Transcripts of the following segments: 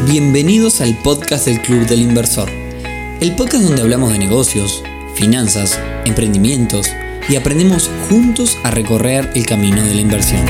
Bienvenidos al podcast del Club del Inversor, el podcast donde hablamos de negocios, finanzas, emprendimientos y aprendemos juntos a recorrer el camino de la inversión.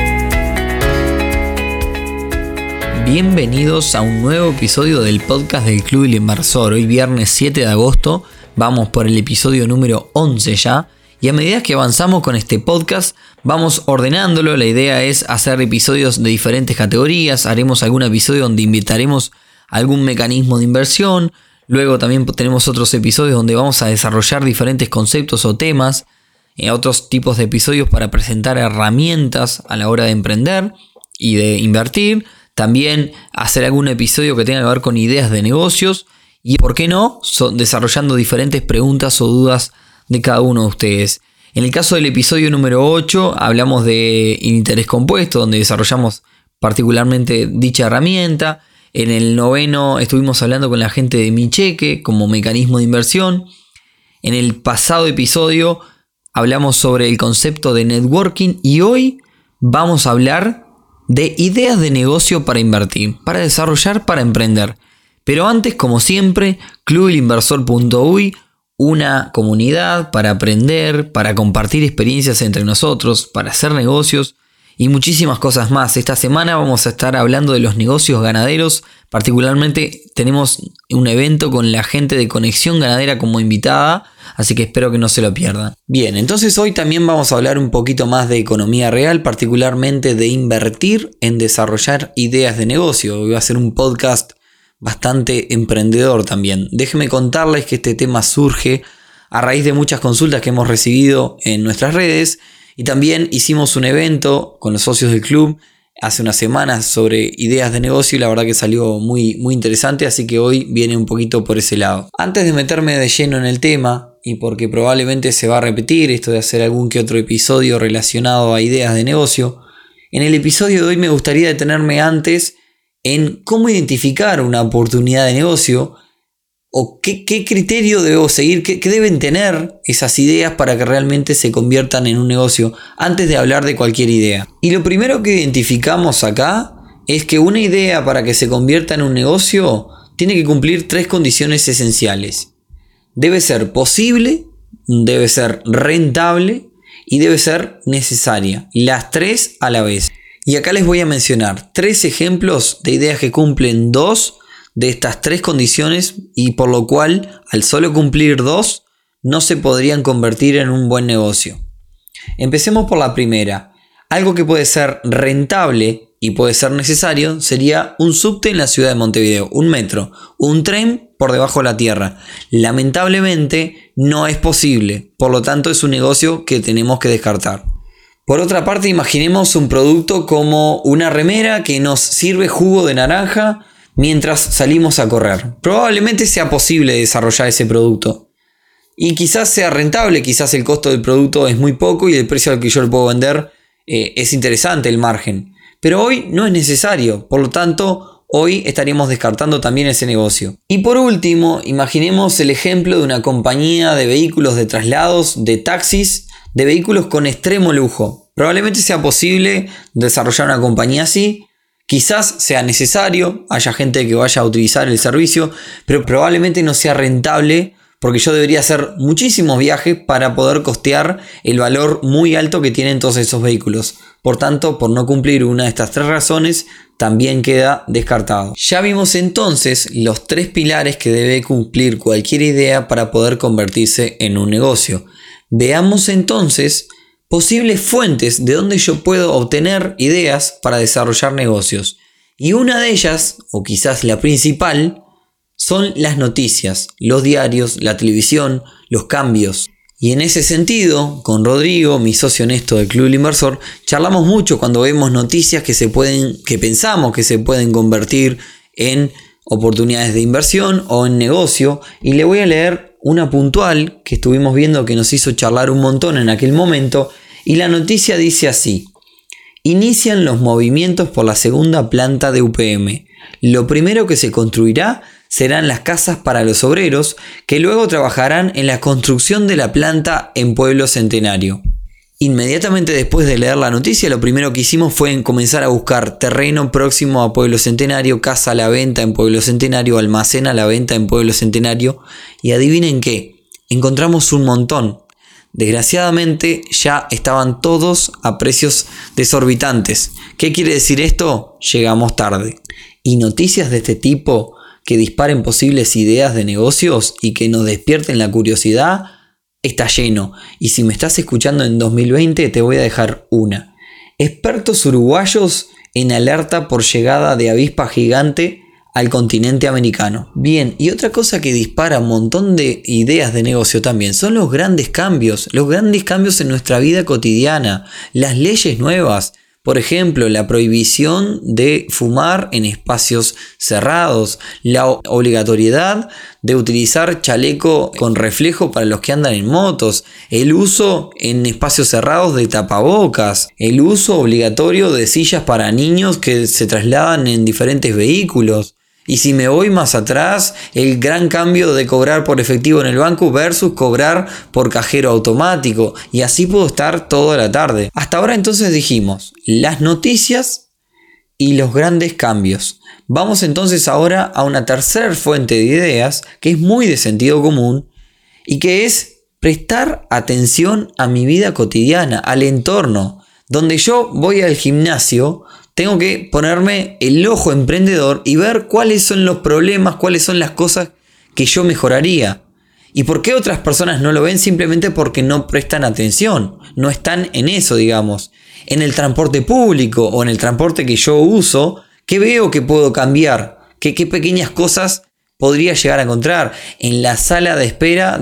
Bienvenidos a un nuevo episodio del podcast del Club del Inversor. Hoy viernes 7 de agosto vamos por el episodio número 11 ya. Y a medida que avanzamos con este podcast, vamos ordenándolo. La idea es hacer episodios de diferentes categorías. Haremos algún episodio donde invitaremos algún mecanismo de inversión. Luego también tenemos otros episodios donde vamos a desarrollar diferentes conceptos o temas. Otros tipos de episodios para presentar herramientas a la hora de emprender y de invertir. También hacer algún episodio que tenga que ver con ideas de negocios. Y por qué no, desarrollando diferentes preguntas o dudas de cada uno de ustedes. En el caso del episodio número 8 hablamos de interés compuesto, donde desarrollamos particularmente dicha herramienta. En el 9 estuvimos hablando con la gente de Mi Cheque como mecanismo de inversión. En el pasado episodio hablamos sobre el concepto de networking y hoy vamos a hablar de ideas de negocio para invertir, para desarrollar, para emprender. Pero antes, como siempre, clubelinversor.uy, una comunidad para aprender, para compartir experiencias entre nosotros, para hacer negocios y muchísimas cosas más. Esta semana vamos a estar hablando de los negocios ganaderos. Particularmente tenemos un evento con la gente de Conexión Ganadera como invitada, así que espero que no se lo pierdan. Bien, entonces hoy también vamos a hablar un poquito más de economía real, particularmente de invertir en desarrollar ideas de negocio. Hoy va a ser un podcast bastante emprendedor también. Déjenme contarles que este tema surge a raíz de muchas consultas que hemos recibido en nuestras redes y también hicimos un evento con los socios del club hace unas semanas sobre ideas de negocio y la verdad que salió muy interesante, así que hoy viene un poquito por ese lado. Antes de meterme de lleno en el tema, y porque probablemente se va a repetir esto de hacer algún que otro episodio relacionado a ideas de negocio, en el episodio de hoy me gustaría detenerme antes en cómo identificar una oportunidad de negocio o qué criterio debo seguir, qué deben tener esas ideas para que realmente se conviertan en un negocio antes de hablar de cualquier idea. Y lo primero que identificamos acá es que una idea para que se convierta en un negocio tiene que cumplir 3 condiciones esenciales. Debe ser posible, debe ser rentable y debe ser necesaria. Las 3 a la vez. Y acá les voy a mencionar 3 ejemplos de ideas que cumplen 2 de estas 3 condiciones y por lo cual al solo cumplir 2 no se podrían convertir en un buen negocio. Empecemos por la primera. Algo que puede ser rentable y puede ser necesario sería un subte en la ciudad de Montevideo, un metro, un tren por debajo de la tierra. Lamentablemente no es posible, por lo tanto es un negocio que tenemos que descartar. Por otra parte, imaginemos un producto como una remera que nos sirve jugo de naranja mientras salimos a correr. Probablemente sea posible desarrollar ese producto. Y quizás sea rentable, quizás el costo del producto es muy poco y el precio al que yo lo puedo vender es interesante el margen. Pero hoy no es necesario, por lo tanto, hoy estaríamos descartando también ese negocio. Y por último, imaginemos el ejemplo de una compañía de vehículos de traslados, de taxis, de vehículos con extremo lujo. Probablemente sea posible desarrollar una compañía así, quizás sea necesario, haya gente que vaya a utilizar el servicio, pero probablemente no sea rentable porque yo debería hacer muchísimos viajes para poder costear el valor muy alto que tienen todos esos vehículos. Por tanto, por no cumplir una de estas 3 razones, también queda descartado. Ya vimos entonces los 3 pilares que debe cumplir cualquier idea para poder convertirse en un negocio. Veamos entonces posibles fuentes de donde yo puedo obtener ideas para desarrollar negocios. Y una de ellas, o quizás la principal, son las noticias, los diarios, la televisión, los cambios. Y en ese sentido, con Rodrigo, mi socio honesto del Club del Inversor, charlamos mucho cuando vemos noticias que pensamos que se pueden convertir en oportunidades de inversión o en negocio. Y le voy a leer una puntual que estuvimos viendo que nos hizo charlar un montón en aquel momento, y la noticia dice así: inician los movimientos por la segunda planta de UPM. Lo primero que se construirá serán las casas para los obreros, que luego trabajarán en la construcción de la planta en Pueblo Centenario. Inmediatamente después de leer la noticia, lo primero que hicimos fue comenzar a buscar terreno próximo a Pueblo Centenario, casa a la venta en Pueblo Centenario, almacén a la venta en Pueblo Centenario, y adivinen qué, encontramos un montón. Desgraciadamente ya estaban todos a precios desorbitantes. ¿Qué quiere decir esto? Llegamos tarde. Y noticias de este tipo que disparen posibles ideas de negocios y que nos despierten la curiosidad está lleno. Y si me estás escuchando en 2020 te voy a dejar una. Expertos uruguayos en alerta por llegada de avispa gigante al continente americano. Bien, y otra cosa que dispara un montón de ideas de negocio también son los grandes cambios en nuestra vida cotidiana, las leyes nuevas. Por ejemplo, la prohibición de fumar en espacios cerrados, la obligatoriedad de utilizar chaleco con reflejo para los que andan en motos, el uso en espacios cerrados de tapabocas, el uso obligatorio de sillas para niños que se trasladan en diferentes vehículos. Y si me voy más atrás, el gran cambio de cobrar por efectivo en el banco versus cobrar por cajero automático. Y así puedo estar toda la tarde. Hasta ahora entonces dijimos las noticias y los grandes cambios. Vamos entonces ahora a una tercera fuente de ideas que es muy de sentido común y que es prestar atención a mi vida cotidiana, al entorno. Donde yo voy al gimnasio, tengo que ponerme el ojo emprendedor y ver cuáles son los problemas, cuáles son las cosas que yo mejoraría. ¿Y por qué otras personas no lo ven? Simplemente porque no prestan atención, no están en eso, digamos. En el transporte público o en el transporte que yo uso, ¿qué veo que puedo cambiar? ¿Qué pequeñas cosas podría llegar a encontrar? En la sala de espera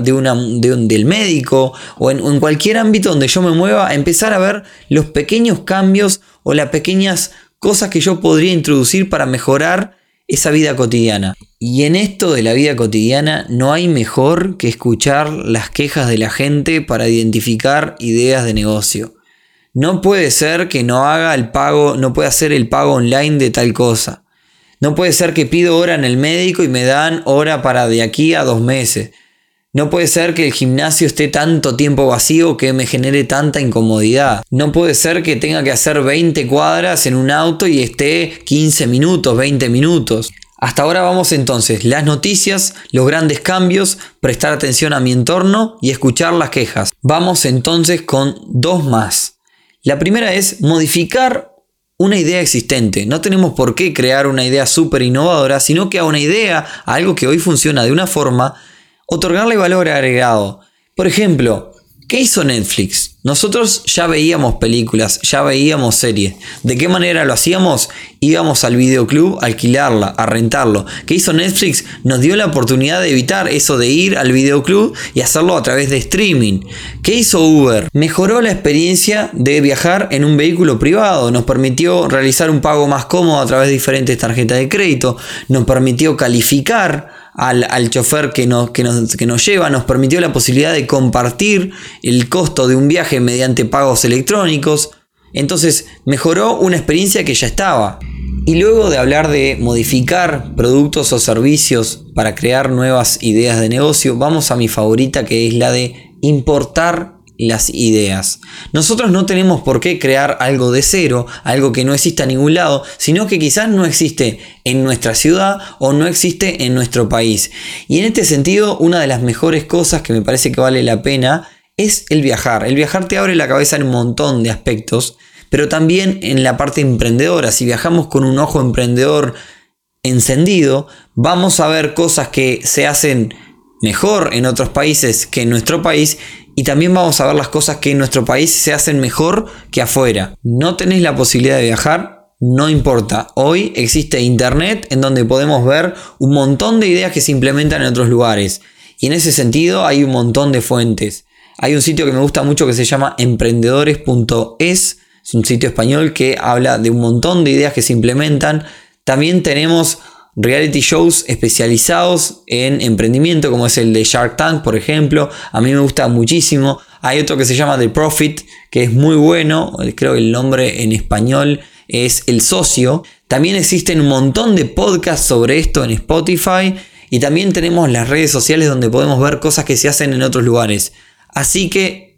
del médico o en cualquier ámbito donde yo me mueva, empezar a ver los pequeños cambios o las pequeñas cosas que yo podría introducir para mejorar esa vida cotidiana. Y en esto de la vida cotidiana no hay mejor que escuchar las quejas de la gente para identificar ideas de negocio. No puede ser que no haga el pago, no pueda hacer el pago online de tal cosa. No puede ser que pido hora en el médico y me dan hora para de aquí a 2 meses. No puede ser que el gimnasio esté tanto tiempo vacío que me genere tanta incomodidad. No puede ser que tenga que hacer 20 cuadras en un auto y esté 15 minutos, 20 minutos. Hasta ahora vamos entonces, las noticias, los grandes cambios, prestar atención a mi entorno y escuchar las quejas. Vamos entonces con 2 más. La primera es modificar una idea existente. No tenemos por qué crear una idea súper innovadora, sino que a una idea, a algo que hoy funciona de una forma, otorgarle valor agregado. Por ejemplo, ¿qué hizo Netflix? Nosotros ya veíamos películas, ya veíamos series. ¿De qué manera lo hacíamos? Íbamos al videoclub a alquilarla, a rentarlo. ¿Qué hizo Netflix? Nos dio la oportunidad de evitar eso de ir al videoclub y hacerlo a través de streaming. ¿Qué hizo Uber? Mejoró la experiencia de viajar en un vehículo privado. Nos permitió realizar un pago más cómodo a través de diferentes tarjetas de crédito. Nos permitió calificar al chofer que nos lleva, nos permitió la posibilidad de compartir el costo de un viaje mediante pagos electrónicos. Entonces mejoró una experiencia que ya estaba. Y luego de hablar de modificar productos o servicios para crear nuevas ideas de negocio, vamos a mi favorita, que es la de importar las ideas. Nosotros no tenemos por qué crear algo de cero, algo que no exista en ningún lado, sino que quizás no existe en nuestra ciudad o no existe en nuestro país. Y en este sentido, una de las mejores cosas que me parece que vale la pena es el viajar. El viajar te abre la cabeza en un montón de aspectos, pero también en la parte emprendedora. Si viajamos con un ojo emprendedor encendido, vamos a ver cosas que se hacen mejor en otros países que en nuestro país, y también vamos a ver las cosas que en nuestro país se hacen mejor que afuera. ¿No tenés la posibilidad de viajar? No importa. Hoy existe internet en donde podemos ver un montón de ideas que se implementan en otros lugares. Y en ese sentido hay un montón de fuentes. Hay un sitio que me gusta mucho que se llama emprendedores.es. Es un sitio español que habla de un montón de ideas que se implementan. También tenemos reality shows especializados en emprendimiento, como es el de Shark Tank, por ejemplo. A mí me gusta muchísimo. Hay otro que se llama The Profit, que es muy bueno. Creo que el nombre en español es El Socio. También existen un montón de podcasts sobre esto en Spotify. Y también tenemos las redes sociales donde podemos ver cosas que se hacen en otros lugares. Así que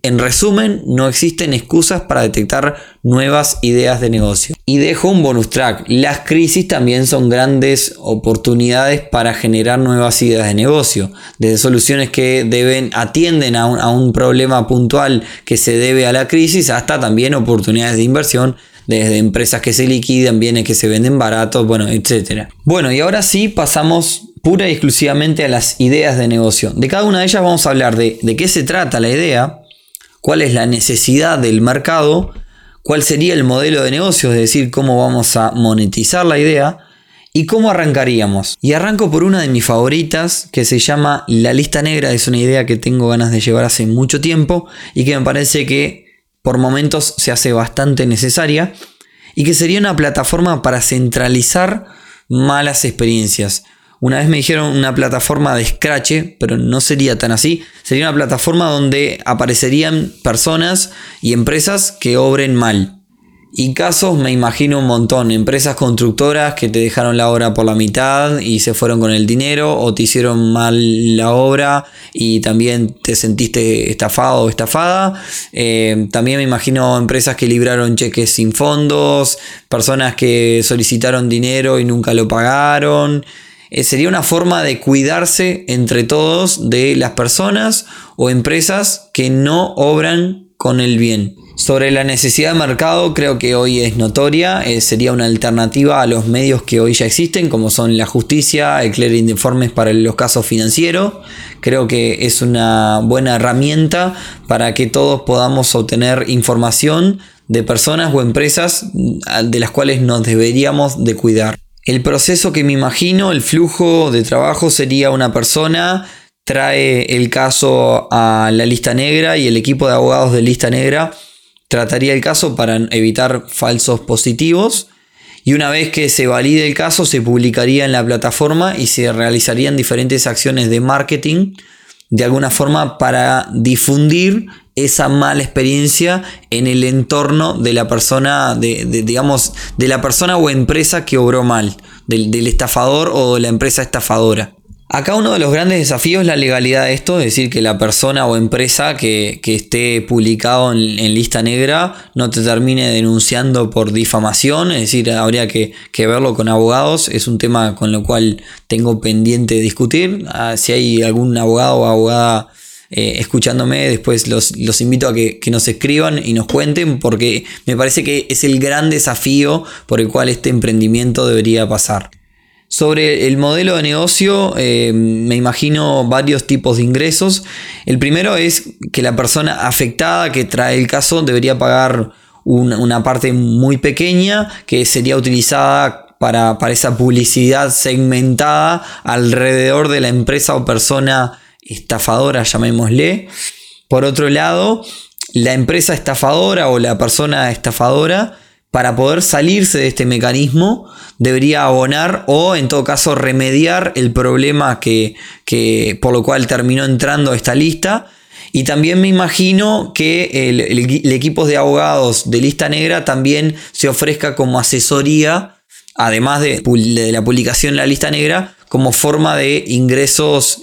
En resumen, no existen excusas para detectar nuevas ideas de negocio. Y dejo un bonus track. Las crisis también son grandes oportunidades para generar nuevas ideas de negocio. Desde soluciones que atienden a un problema puntual que se debe a la crisis, hasta también oportunidades de inversión, desde empresas que se liquidan, bienes que se venden baratos, etc. Bueno, y ahora sí pasamos pura y exclusivamente a las ideas de negocio. De cada una de ellas vamos a hablar de qué se trata la idea, cuál es la necesidad del mercado, cuál sería el modelo de negocio, es decir, cómo vamos a monetizar la idea y cómo arrancaríamos. Y arranco por una de mis favoritas que se llama La Lista Negra. Es una idea que tengo ganas de llevar hace mucho tiempo y que me parece que por momentos se hace bastante necesaria y que sería una plataforma para centralizar malas experiencias. Una vez me dijeron una plataforma de Scratch, pero no sería tan así. Sería una plataforma donde aparecerían personas y empresas que obren mal. Y casos me imagino un montón. Empresas constructoras que te dejaron la obra por la mitad y se fueron con el dinero, o te hicieron mal la obra y también te sentiste estafado o estafada. También me imagino empresas que libraron cheques sin fondos, personas que solicitaron dinero y nunca lo pagaron. Sería una forma de cuidarse entre todos de las personas o empresas que no obran con el bien. Sobre la necesidad de mercado, creo que hoy es notoria. Sería una alternativa a los medios que hoy ya existen, como son la justicia, el clearing de informes para los casos financieros. Creo que es una buena herramienta para que todos podamos obtener información de personas o empresas de las cuales nos deberíamos de cuidar. El proceso que me imagino, el flujo de trabajo, sería una persona trae el caso a la lista negra y el equipo de abogados de lista negra trataría el caso para evitar falsos positivos, y una vez que se valide el caso se publicaría en la plataforma y se realizarían diferentes acciones de marketing de alguna forma para difundir esa mala experiencia en el entorno de la persona, digamos, de la persona o empresa que obró mal, del estafador o de la empresa estafadora. Acá uno de los grandes desafíos es la legalidad de esto, es decir, que la persona o empresa que esté publicado en lista negra no te termine denunciando por difamación, es decir, habría que verlo con abogados. Es un tema con lo cual tengo pendiente discutir. Si hay algún abogado o abogada escuchándome, después los invito a que nos escriban y nos cuenten, porque me parece que es el gran desafío por el cual este emprendimiento debería pasar. Sobre el modelo de negocio, me imagino varios tipos de ingresos. El primero es que la persona afectada que trae el caso debería pagar una parte muy pequeña que sería utilizada para esa publicidad segmentada alrededor de la empresa o persona estafadora, llamémosle. Por otro lado, la empresa estafadora o la persona estafadora, para poder salirse de este mecanismo, debería abonar o en todo caso remediar el problema que por lo cual terminó entrando a esta lista. Y también me imagino que el equipo de abogados de lista negra también se ofrezca como asesoría, además de la publicación en la lista negra, como forma de ingresos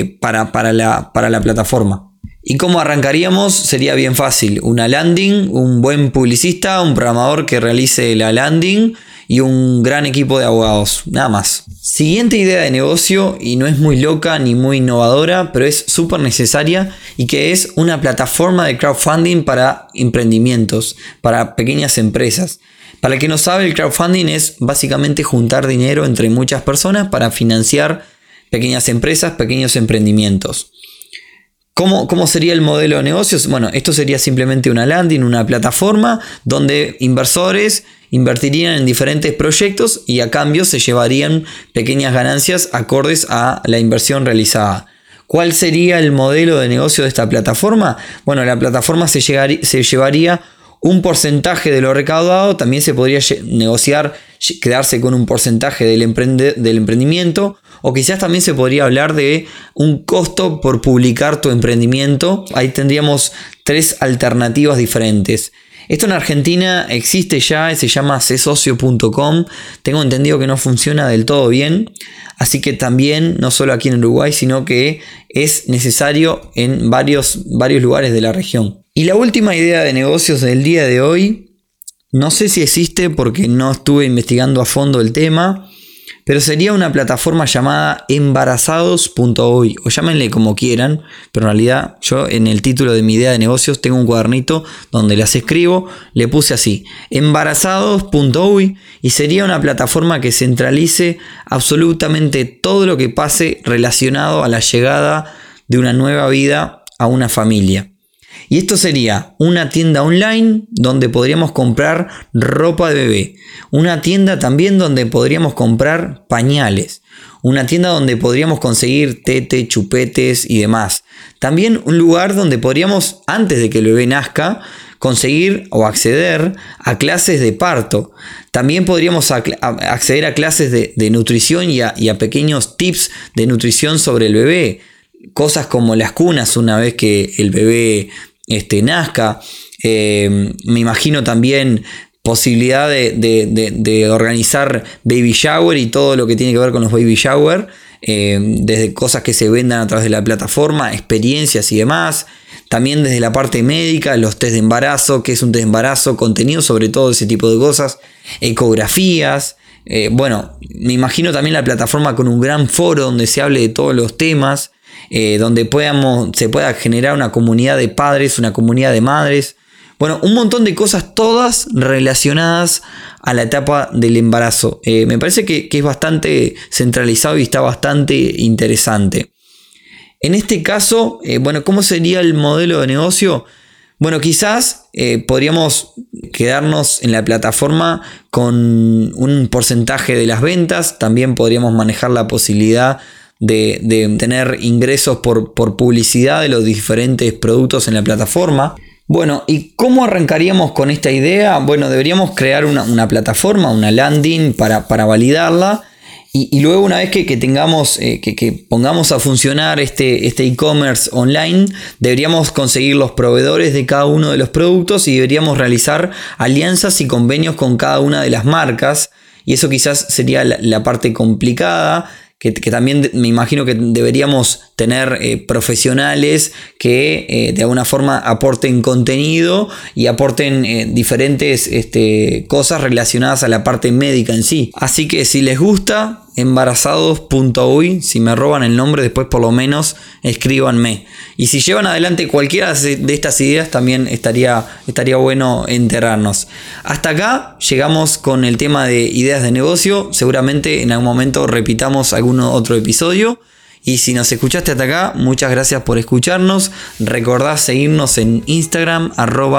para la plataforma. ¿Y cómo arrancaríamos? Sería bien fácil. Una landing, un buen publicista, un programador que realice la landing y un gran equipo de abogados. Nada más. Siguiente idea de negocio, y no es muy loca ni muy innovadora, pero es súper necesaria, y que es una plataforma de crowdfunding para emprendimientos, para pequeñas empresas. Para el que no sabe, el crowdfunding es básicamente juntar dinero entre muchas personas para financiar pequeñas empresas, pequeños emprendimientos. ¿Cómo sería el modelo de negocios? Bueno, esto sería simplemente una landing, una plataforma donde inversores invertirían en diferentes proyectos y a cambio se llevarían pequeñas ganancias acordes a la inversión realizada. ¿Cuál sería el modelo de negocio de esta plataforma? Bueno, la plataforma se llevaría un porcentaje de lo recaudado. También se podría negociar quedarse con un porcentaje del emprendimiento, o quizás también se podría hablar de un costo por publicar tu emprendimiento. Ahí tendríamos tres alternativas diferentes. Esto en Argentina existe ya, se llama csocio.com. Tengo entendido que no funciona del todo bien, así que también, no solo aquí en Uruguay, sino que es necesario en varios lugares de la región. Y la última idea de negocios del día de hoy, no sé si existe porque no estuve investigando a fondo el tema, pero sería una plataforma llamada embarazados.uy, o llámenle como quieran, pero en realidad yo en el título de mi idea de negocios tengo un cuadernito donde las escribo, le puse así, embarazados.uy, y sería una plataforma que centralice absolutamente todo lo que pase relacionado a la llegada de una nueva vida a una familia. Y esto sería una tienda online donde podríamos comprar ropa de bebé. Una tienda también donde podríamos comprar pañales. Una tienda donde podríamos conseguir tete, chupetes y demás. También un lugar donde podríamos, antes de que el bebé nazca, conseguir o acceder a clases de parto. También podríamos acceder a clases de nutrición y a pequeños tips de nutrición sobre el bebé. Cosas como las cunas una vez que el bebé nazca. Me imagino también posibilidad de organizar baby shower y todo lo que tiene que ver con los baby shower, desde cosas que se vendan a través de la plataforma, experiencias y demás. También desde la parte médica, los test de embarazo, qué es un test de embarazo, contenido sobre todo ese tipo de cosas, ecografías. Me imagino también la plataforma con un gran foro donde se hable de todos los temas, donde se pueda generar una comunidad de padres, una comunidad de madres. Un montón de cosas, todas relacionadas a la etapa del embarazo. Me parece que es bastante centralizado y está bastante interesante. En este caso, ¿cómo sería el modelo de negocio? Quizás podríamos quedarnos en la plataforma con un porcentaje de las ventas. También podríamos manejar la posibilidad de tener ingresos por publicidad de los diferentes productos en la plataforma. ¿Y cómo arrancaríamos con esta idea? Deberíamos crear una plataforma, una landing para validarla. Y luego, una vez que tengamos, que pongamos a funcionar este e-commerce online, deberíamos conseguir los proveedores de cada uno de los productos y deberíamos realizar alianzas y convenios con cada una de las marcas. Y eso quizás sería la parte complicada. Que también me imagino que deberíamos tener profesionales que de alguna forma aporten contenido y aporten diferentes cosas relacionadas a la parte médica en sí. Así que si les gusta, embarazados.uy, si me roban el nombre después por lo menos escríbanme. Y si llevan adelante cualquiera de estas ideas también estaría bueno enterarnos. Hasta acá llegamos con el tema de ideas de negocio. Seguramente en algún momento repitamos algún otro episodio. Y si nos escuchaste hasta acá, muchas gracias por escucharnos. Recordá seguirnos en Instagram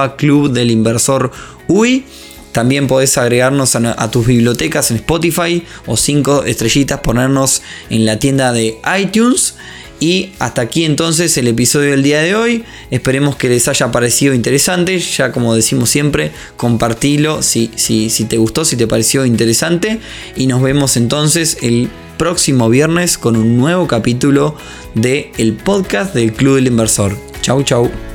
@clubdelinversoruy. También podés agregarnos a tus bibliotecas en Spotify o 5 estrellitas ponernos en la tienda de iTunes. Y hasta aquí entonces el episodio del día de hoy. Esperemos que les haya parecido interesante. Ya como decimos siempre, compartilo si te gustó, si te pareció interesante. Y nos vemos entonces el próximo viernes con un nuevo capítulo del podcast del Club del Inversor. Chau, chau.